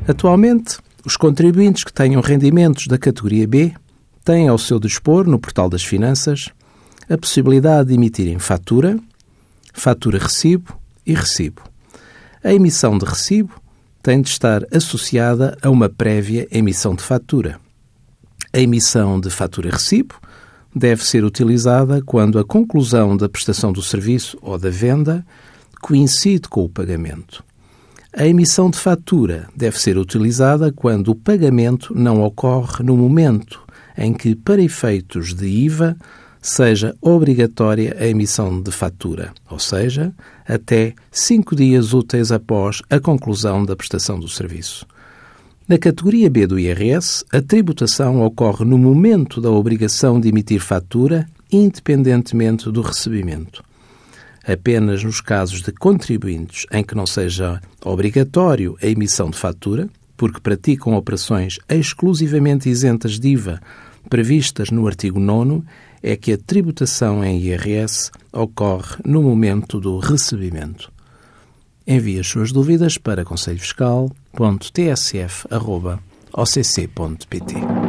Atualmente, os contribuintes que tenham rendimentos da categoria B têm ao seu dispor, no Portal das Finanças, a possibilidade de emitirem fatura, fatura-recibo e recibo. A emissão de recibo tem de estar associada a uma prévia emissão de fatura. A emissão de fatura-recibo deve ser utilizada quando a conclusão da prestação do serviço ou da venda coincide com o pagamento. A emissão de fatura deve ser utilizada quando o pagamento não ocorre no momento em que, para efeitos de IVA, seja obrigatória a emissão de fatura, ou seja, até 5 dias úteis após a conclusão da prestação do serviço. Na categoria B do IRS, a tributação ocorre no momento da obrigação de emitir fatura, independentemente do recebimento. Apenas nos casos de contribuintes em que não seja obrigatório a emissão de fatura, porque praticam operações exclusivamente isentas de IVA previstas no artigo 9º, é que a tributação em IRS ocorre no momento do recebimento. Envie as suas dúvidas para conselhofiscal.tsf@occ.pt.